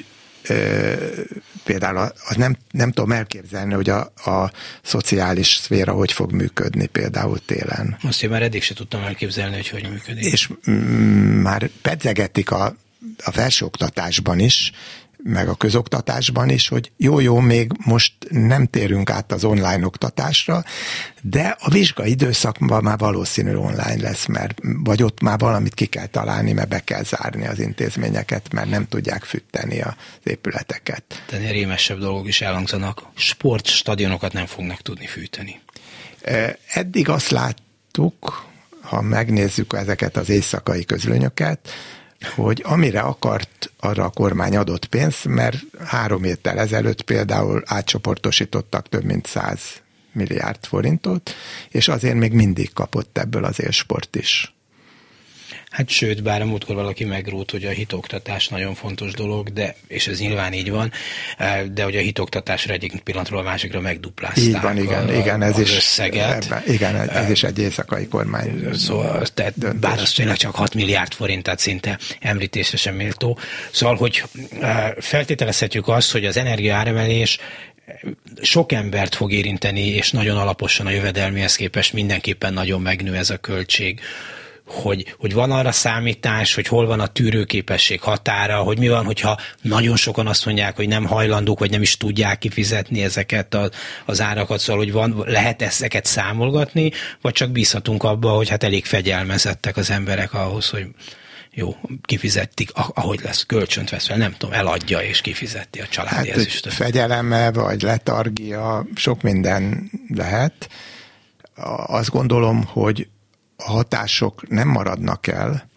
például nem tudom elképzelni, hogy a szociális szféra hogy fog működni például télen. Azt én már eddig se tudtam elképzelni, hogy működik. És már pedzegetik a felsőoktatásban is, meg a közoktatásban is, hogy jó, még most nem térünk át az online oktatásra, de a vizsgai időszakban már valószínű online lesz, vagy ott már valamit ki kell találni, mert be kell zárni az intézményeket, mert nem tudják fűteni az épületeket. De rémesebb dolgok is elhangzanak. Sportstadionokat nem fognak tudni fűteni. Eddig azt láttuk, ha megnézzük ezeket az éjszakai közlönyöket, hogy amire akart, arra a kormány adott pénzt, mert 3 héttel ezelőtt például átcsoportosítottak több mint 100 milliárd forintot, és azért még mindig kapott ebből az élsport is. Hát sőt, bár a múltkor valaki megrót, hogy a hitoktatás nagyon fontos dolog, és ez nyilván így van, de hogy a hitoktatásra egyik pillanatról a másikra megduplázták. Így van, igen, ez is összeget. Ez is egy éjszakai kormány. Szóval, bár az tényleg csak 6 milliárd forint, tehát szinte említésre sem méltó. Szóval, hogy feltételezhetjük azt, hogy az energiaáremelés sok embert fog érinteni, és nagyon alaposan a jövedelmihez képest mindenképpen nagyon megnő ez a költség. Hogy van arra számítás, hogy hol van a tűrőképesség határa, hogy mi van, hogyha nagyon sokan azt mondják, hogy nem hajlandók, vagy nem is tudják kifizetni ezeket az árakat, szóval hogy lehet ezeket számolgatni, vagy csak bízhatunk abba, hogy hát elég fegyelmezettek az emberek ahhoz, hogy jó, kifizettik, ahogy lesz, kölcsönt vesz fel, nem tudom, eladja és kifizeti a családi ezüstöt. Fegyeleme vagy letargia, sok minden lehet. Azt gondolom, hogy a hatások nem maradnak el,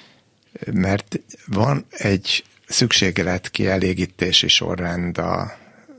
mert van egy szükséglet kielégítési sorrend a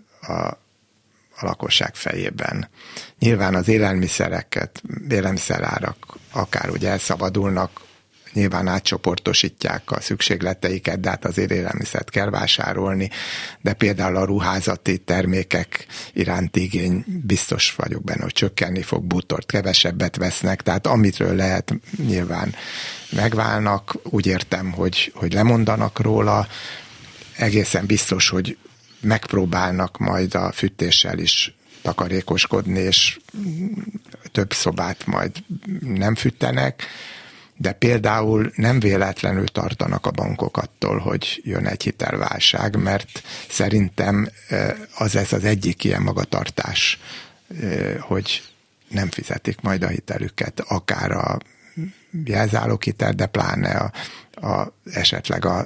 lakosság fejében. Nyilván az élelmiszerárak akár ugye elszabadulnak, nyilván átcsoportosítják a szükségleteiket, de hát azért élelmiszert kell vásárolni, de például a ruházati termékek iránti igény biztos vagyok benne, hogy csökkenni fog, bútort kevesebbet vesznek, tehát amitről lehet nyilván megválnak, úgy értem, hogy lemondanak róla, egészen biztos, hogy megpróbálnak majd a fűtéssel is takarékoskodni, és több szobát majd nem fűtenek, de például nem véletlenül tartanak a bankok attól, hogy jön egy hitelválság, mert szerintem ez az egyik ilyen magatartás, hogy nem fizetik majd a hitelüket, akár a jelzáloghitel, de pláne esetleg a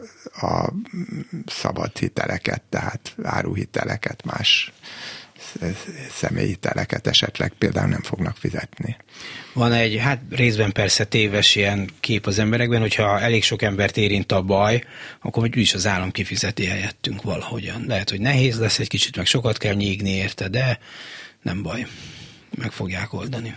szabad hiteleket, tehát áruhiteleket, más személyhiteleket esetleg például nem fognak fizetni. Van egy, hát részben persze téves ilyen kép az emberekben, hogyha elég sok embert érint a baj, akkor úgyis az állam kifizeti helyettünk valahogyan. Lehet, hogy nehéz lesz egy kicsit, meg sokat kell nyígni érte, de nem baj, meg fogják oldani.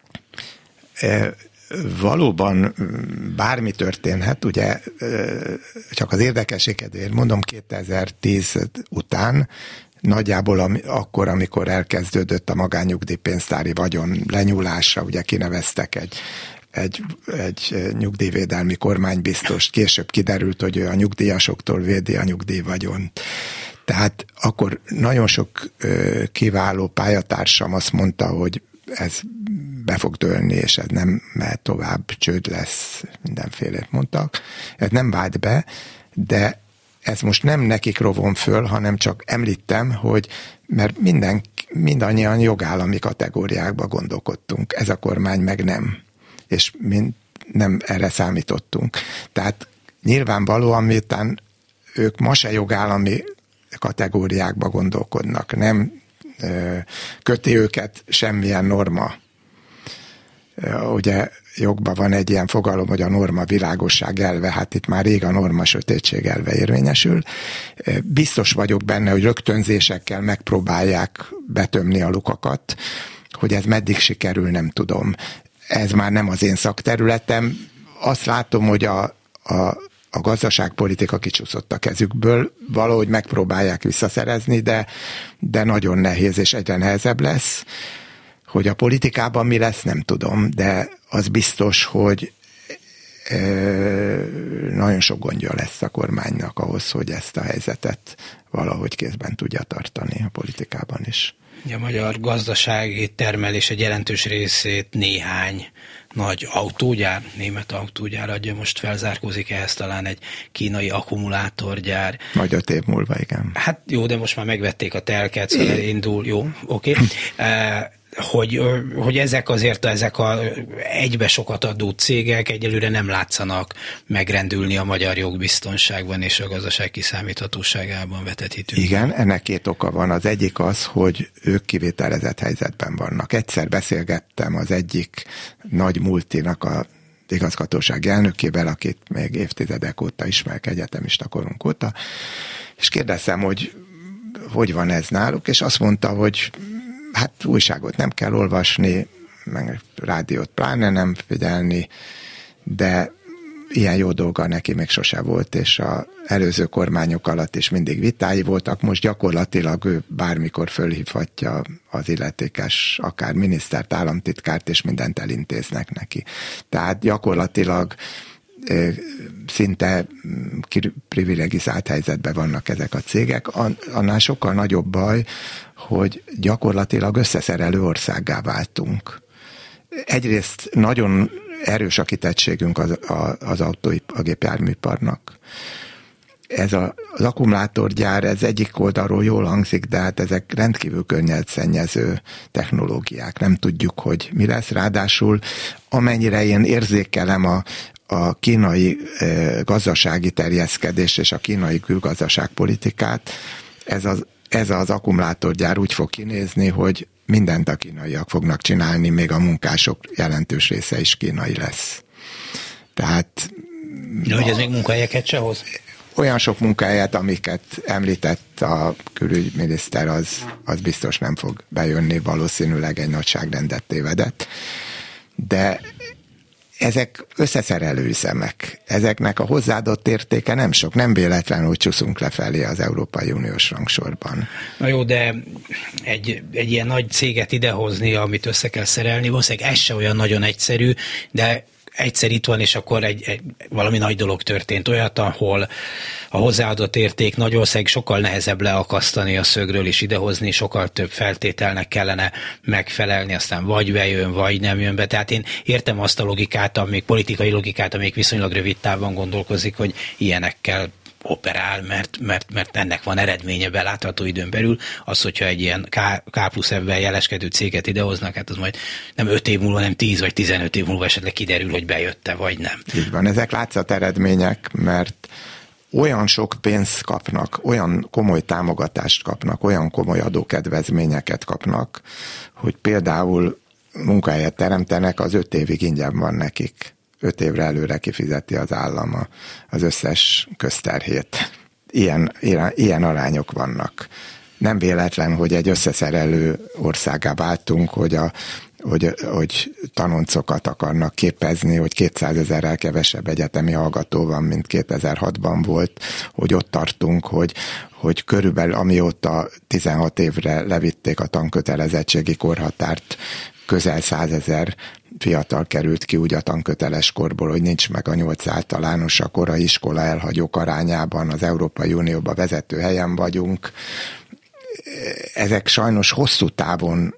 Valóban bármi történhet, ugye csak az érdekesség kedvéért mondom, 2010 után nagyjából akkor, amikor elkezdődött a magánnyugdíjpénztári vagyon lenyúlása, ugye kineveztek egy nyugdíjvédelmi kormánybiztost, később kiderült, hogy ő a nyugdíjasoktól védi a nyugdíjvagyont. Tehát akkor nagyon sok kiváló pályatársam azt mondta, hogy ez be fog dőlni, és ez nem mehet tovább, csőd lesz, mindenfélét mondtak. Ez nem vált be, de ez most nem nekik rovom föl, hanem csak említem, hogy mert mindannyian jogállami kategóriákba gondolkodtunk. Ez a kormány meg nem. És nem erre számítottunk. Tehát nyilvánvalóan, miután ők ma se jogállami kategóriákba gondolkodnak, nem köti őket semmilyen norma. Ugye jogban van egy ilyen fogalom, hogy a norma világosság elve, hát itt már rég a norma sötétség elve érvényesül. Biztos vagyok benne, hogy rögtönzésekkel megpróbálják betömni a lukakat, hogy ez meddig sikerül, nem tudom. Ez már nem az én szakterületem. Azt látom, hogy a gazdaságpolitika kicsúszott a kezükből, valahogy megpróbálják visszaszerezni, de nagyon nehéz, és egyre nehezebb lesz. Hogy a politikában mi lesz, nem tudom, de az biztos, hogy nagyon sok gondja lesz a kormánynak ahhoz, hogy ezt a helyzetet valahogy kézben tudja tartani a politikában is. A magyar gazdasági termelés egy jelentős részét néhány nagy autógyár, német autógyár adja, most felzárkózik ehhez talán egy kínai akkumulátorgyár. Majd 5 év múlva, igen. Hát jó, de most már megvették a telket, szóval indul, jó, oké. Hogy ezek a egybe sokat adó cégek egyelőre nem látszanak megrendülni a magyar jogbiztonságban és a gazdaság kiszámíthatóságában vetett hitünk. Igen, ennek 2 oka van. Az egyik az, hogy ők kivételezett helyzetben vannak. Egyszer beszélgettem az egyik nagy multinak a igazgatósági elnökével, akit még évtizedek óta ismerek, egyetemista korunk óta, és kérdeztem, hogy van ez náluk, és azt mondta, hogy hát újságot nem kell olvasni, meg rádiót pláne nem figyelni, de ilyen jó dolga neki még sose volt, és az előző kormányok alatt is mindig vitái voltak, most gyakorlatilag ő bármikor fölhívhatja az illetékes, akár minisztert, államtitkárt, és mindent elintéznek neki. Tehát gyakorlatilag szinte privilegizált helyzetben vannak ezek a cégek. Annál sokkal nagyobb baj, hogy gyakorlatilag összeszerelő országgá váltunk. Egyrészt nagyon erős a kitettségünk az gépjárműiparnak. Ez az akkumulátorgyár, ez egyik oldalról jól hangzik, de hát ezek rendkívül környezetszennyező technológiák. Nem tudjuk, hogy mi lesz. Ráadásul amennyire én érzékelem a kínai gazdasági terjeszkedés és a kínai külgazdaságpolitikát, ez az akkumulátorgyár úgy fog kinézni, hogy mindent a kínaiak fognak csinálni, még a munkások jelentős része is kínai lesz. Tehát... De hogy ez még munkahelyeket se hoz? Olyan sok munkahelyet, amiket említett a külügyminiszter, az biztos nem fog bejönni, valószínűleg egy nagyságrendet tévedett. De ezek összeszerelő üzemek. Ezeknek a hozzáadott értéke nem sok, nem véletlen, hogy csúszunk lefelé az Európai Uniós rangsorban. Na jó, de egy ilyen nagy céget idehozni, amit össze kell szerelni, valószínűleg ez se olyan nagyon egyszerű, de egyszer itt van, és akkor valami nagy dolog történt. Olyat, ahol a hozzáadott érték nagy ország, sokkal nehezebb leakasztani a szögről és idehozni, sokkal több feltételnek kellene megfelelni, aztán vagy bejön, vagy nem jön be. Tehát én értem azt a logikát, politikai logikát, amelyik viszonylag rövid távon gondolkozik, hogy ilyenekkel operál, mert ennek van eredménye belátható időn belül. Az, hogyha egy ilyen K+F-ben jeleskedő céget idehoznak, hát az majd nem 5 év múlva, nem 10 vagy 15 év múlva esetleg kiderül, hogy bejött-e, vagy nem. Így van, ezek látszat eredmények, mert olyan sok pénzt kapnak, olyan komoly támogatást kapnak, olyan komoly adókedvezményeket kapnak, hogy például munkahelyet teremtenek, az 5 évig ingyen van nekik. 5 évre előre kifizeti az állam az összes közterhét. Ilyen arányok vannak. Nem véletlen, hogy egy összeszerelő országgá váltunk, hogy tanoncokat akarnak képezni, hogy 200 000-rel kevesebb egyetemi hallgató van, mint 2006-ban volt, hogy ott tartunk, hogy körülbelül amióta 16 évre levitték a tankötelezettségi korhatárt, közel 100 000 fiatal került ki úgy a tanköteles korból, hogy nincs meg a 8 általános, a korai iskola elhagyók arányában az Európai Unióban vezető helyen vagyunk. Ezek sajnos hosszú távon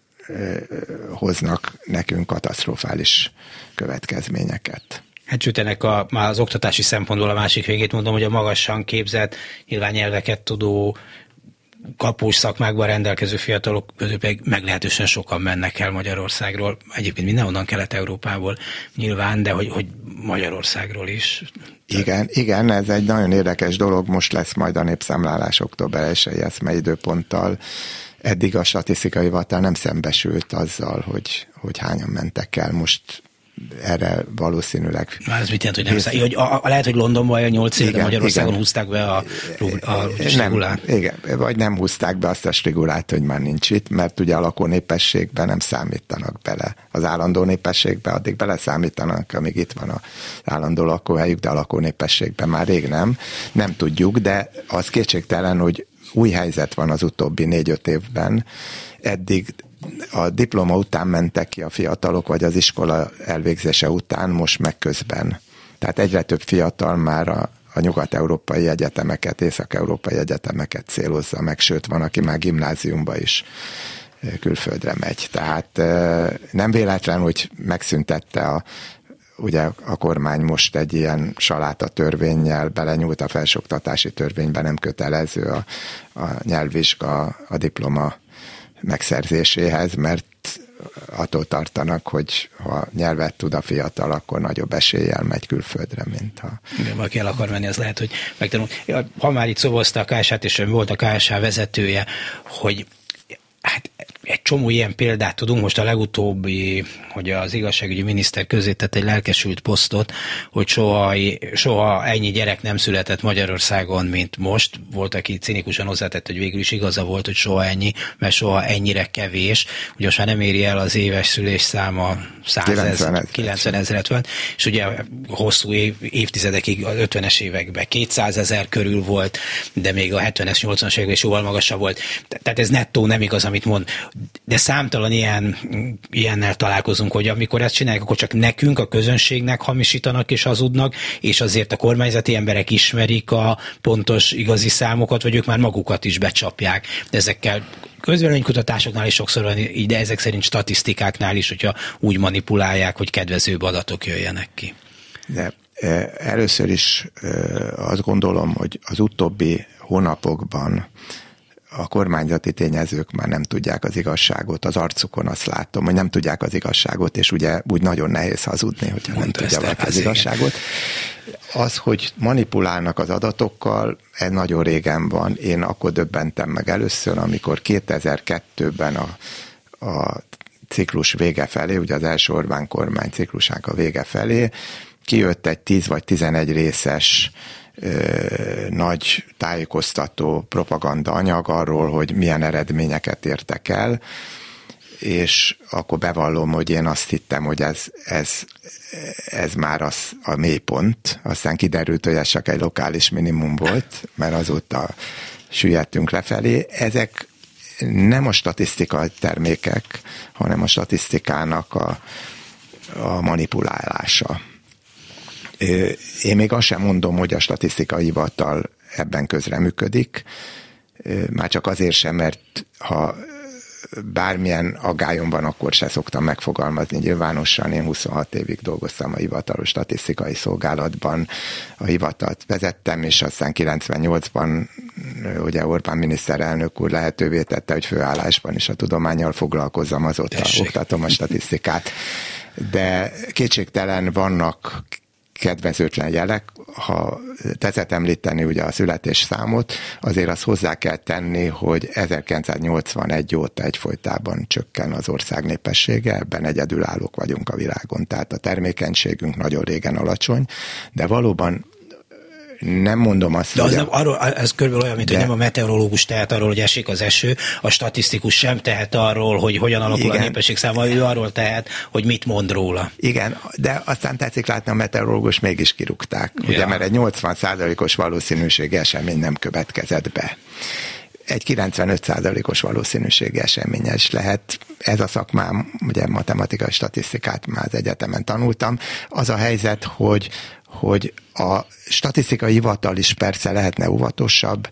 hoznak nekünk katasztrofális következményeket. Hát sőt, ennek már az oktatási szempontból a másik végét mondom, hogy a magasan képzett, nyilván nyelveket tudó, kapós szakmákban rendelkező fiatalok közül pedig meglehetősen sokan mennek el Magyarországról, egyébként mindenhonnan Kelet-Európából nyilván, de hogy Magyarországról is. Igen, ez egy nagyon érdekes dolog, most lesz majd a népszámlálás október 1-i eszmeidőponttal. Eddig a statisztikai hivatal nem szembesült azzal, hogy hányan mentek el, most erre valószínűleg... Már ez mit jelent, hogy nem lehet, hogy Londonban a 8 év, de Magyarországon húzták be a strigulát. Igen, vagy nem húzták be azt a strigulát, hogy már nincs itt, mert ugye a lakónépességben nem számítanak bele. Az állandó népességben addig beleszámítanak, amíg itt van az állandó lakóhelyük, de a lakónépességben már rég nem. Nem tudjuk, de az kétségtelen, hogy új helyzet van az utóbbi 4-5 évben. Eddig a diploma után mentek ki a fiatalok, vagy az iskola elvégzése után, most meg közben. Tehát egyre több fiatal már a nyugat-európai egyetemeket, észak-európai egyetemeket célozza meg, sőt van, aki már gimnáziumba is külföldre megy. Tehát nem véletlen, hogy megszüntette ugye a kormány most egy ilyen saláta törvénnyel belenyúlt a felsőoktatási törvénybe, nem kötelező a nyelvvizsga, a diploma megszerzéséhez, mert attól tartanak, hogy ha nyelvet tud a fiatal, akkor nagyobb eséllyel megy külföldre, mint ha... Igen, valaki el akar menni, az lehet, hogy megtanul. Ha már itt szóvozta a KSH-t, és volt a KSH vezetője, hogy hát egy csomó ilyen példát tudunk, most a legutóbbi, hogy az igazságügyi miniszter közé tett egy lelkesült posztot, hogy soha ennyi gyerek nem született Magyarországon, mint most. Volt, aki cinikusan hozzátett, hogy végül is igaza volt, hogy soha ennyi, mert soha ennyire kevés. Ugye most már nem éri el az éves szülésszáma 90 ezeret van, és ugye hosszú évtizedekig, az 50-es években 200 000 körül volt, de még a 70-es, 80-as években is jóval magasabb volt. Tehát ez nettó nem igaz, amit mond. De számtalan ilyennel találkozunk, hogy amikor ezt csinálják, akkor csak nekünk, a közönségnek hamisítanak és hazudnak, és azért a kormányzati emberek ismerik a pontos, igazi számokat, vagy ők már magukat is becsapják. De ezekkel közvéleménykutatásoknál is sokszor van így, de ezek szerint statisztikáknál is, hogyha úgy manipulálják, hogy kedvezőbb adatok jöjjenek ki. De először is azt gondolom, hogy az utóbbi hónapokban a kormányzati tényezők már nem tudják az igazságot, az arcukon azt látom, hogy nem tudják az igazságot, és ugye úgy nagyon nehéz hazudni, hogyha nem tudja valaki az igazságot. Az, hogy manipulálnak az adatokkal, ez nagyon régen van. Én akkor döbbentem meg először, amikor 2002-ben a ciklus vége felé, ugye az első Orbán kormány ciklusának a vége felé, kijött egy 10 vagy 11 részes nagy tájékoztató propaganda anyag arról, hogy milyen eredményeket értek el, és akkor bevallom, hogy én azt hittem, hogy ez már a mélypont. Aztán kiderült, hogy ez csak egy lokális minimum volt, mert azóta süllyedtünk lefelé. Ezek nem a statisztikai termékek, hanem a statisztikának a manipulálása. Én még azt sem mondom, hogy a statisztikai hivatal ebben közreműködik, már csak azért sem, mert ha bármilyen aggályom van, akkor se szoktam megfogalmazni nyilvánosan. Én 26 évig dolgoztam a hivatalos statisztikai szolgálatban, a hivatalt vezettem, és aztán 98-ban ugye Orbán miniszterelnök úr lehetővé tette, hogy főállásban is a tudománnyal foglalkozzam, azóta oktatom a statisztikát. De kétségtelen vannak kedvezőtlen jelek, ha tetszett említeni ugye a születésszámot, azért azt hozzá kell tenni, hogy 1981 óta egyfolytában csökken az ország népessége, ebben egyedülállók vagyunk a világon, tehát a termékenységünk nagyon régen alacsony, de valóban nem mondom azt, de az nem, arról, ez körülbelül olyan, mint hogy nem a meteorológus tehet arról, hogy esik az eső, a statisztikus sem tehet arról, hogy hogyan alakul a népességszáma, ő arról tehet, hogy mit mond róla. Igen, de aztán tetszik látni, a meteorológus mégis kirúgták, ugye, mert egy 80%-os valószínűségi esemény nem következett be. Egy 95%-os valószínűségi eseményes lehet. Ez a szakmám, ugye matematikai statisztikát már az egyetemen tanultam. Az a helyzet, hogy a statisztikai hivatal is persze lehetne óvatosabb,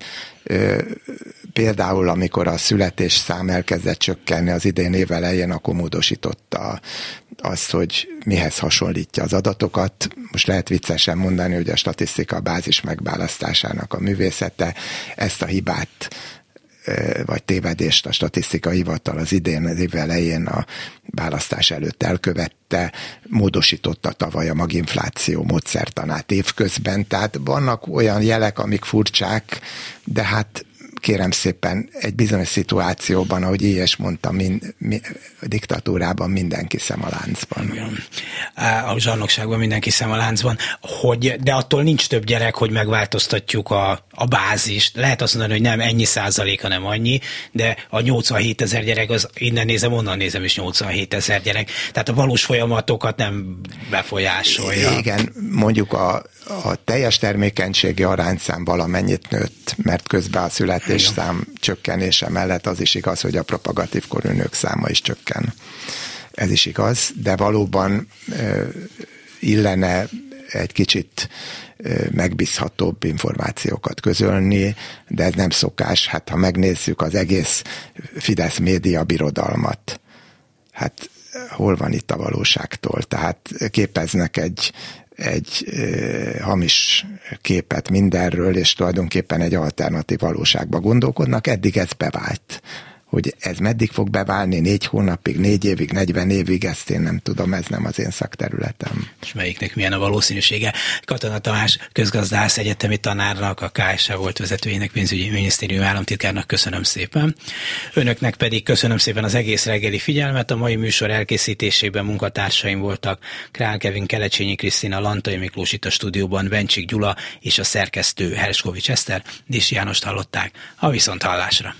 például amikor a születésszám elkezdett csökkenni az idén év elején, akkor módosította azt, hogy mihez hasonlítja az adatokat. Most lehet viccesen mondani, hogy a statisztika bázis megválasztásának a művészete ezt a hibát vagy tévedést a statisztikai hivatal az idén, az év elején a választás előtt elkövette, módosította tavaly a maginfláció módszertanát évközben, tehát vannak olyan jelek, amik furcsák, de hát kérem szépen, egy bizonyos szituációban, ahogy Ilyes mondta, a diktatúrában mindenki szem a láncban. A zsarnokságban mindenki szem a láncban, de attól nincs több gyerek, hogy megváltoztatjuk a bázist. Lehet azt mondani, hogy nem ennyi százaléka, nem annyi, de a 87 000 gyerek, az innen nézem, onnan nézem is 87 000 gyerek. Tehát a valós folyamatokat nem befolyásolja. Igen, mondjuk a teljes termékenységi arányszám valamennyit nőtt, mert közben a születésszám csökkenése mellett az is igaz, hogy a propagatív korú nők száma is csökken. Ez is igaz, de valóban illene egy kicsit megbízhatóbb információkat közölni, de ez nem szokás. Hát ha megnézzük az egész Fidesz média birodalmat, hát hol van itt a valóságtól? Tehát képeznek egy hamis képet mindenről, és tulajdonképpen egy alternatív valóságba gondolkodnak. Eddig ez bevált. Hogy ez meddig fog beválni, 4 hónapig, 4 évig, 40 évig, ezt én nem tudom, ez nem az én szakterületem. És melyiknek milyen a valószínűsége? Katona Tamás közgazdász, egyetemi tanárnak, a KSH volt vezetőjének, pénzügyi minisztérium államtitkárnak köszönöm szépen. Önöknek pedig köszönöm szépen az egész reggeli figyelmet. A mai műsor elkészítésében munkatársaim voltak Král Kevin, Kelecsényi Krisztina, Lantai Miklós, itt a stúdióban Bencsik Gyula és a szerkesztő Herskovics Eszter. Dési Jánost hallották. A viszonthallásra.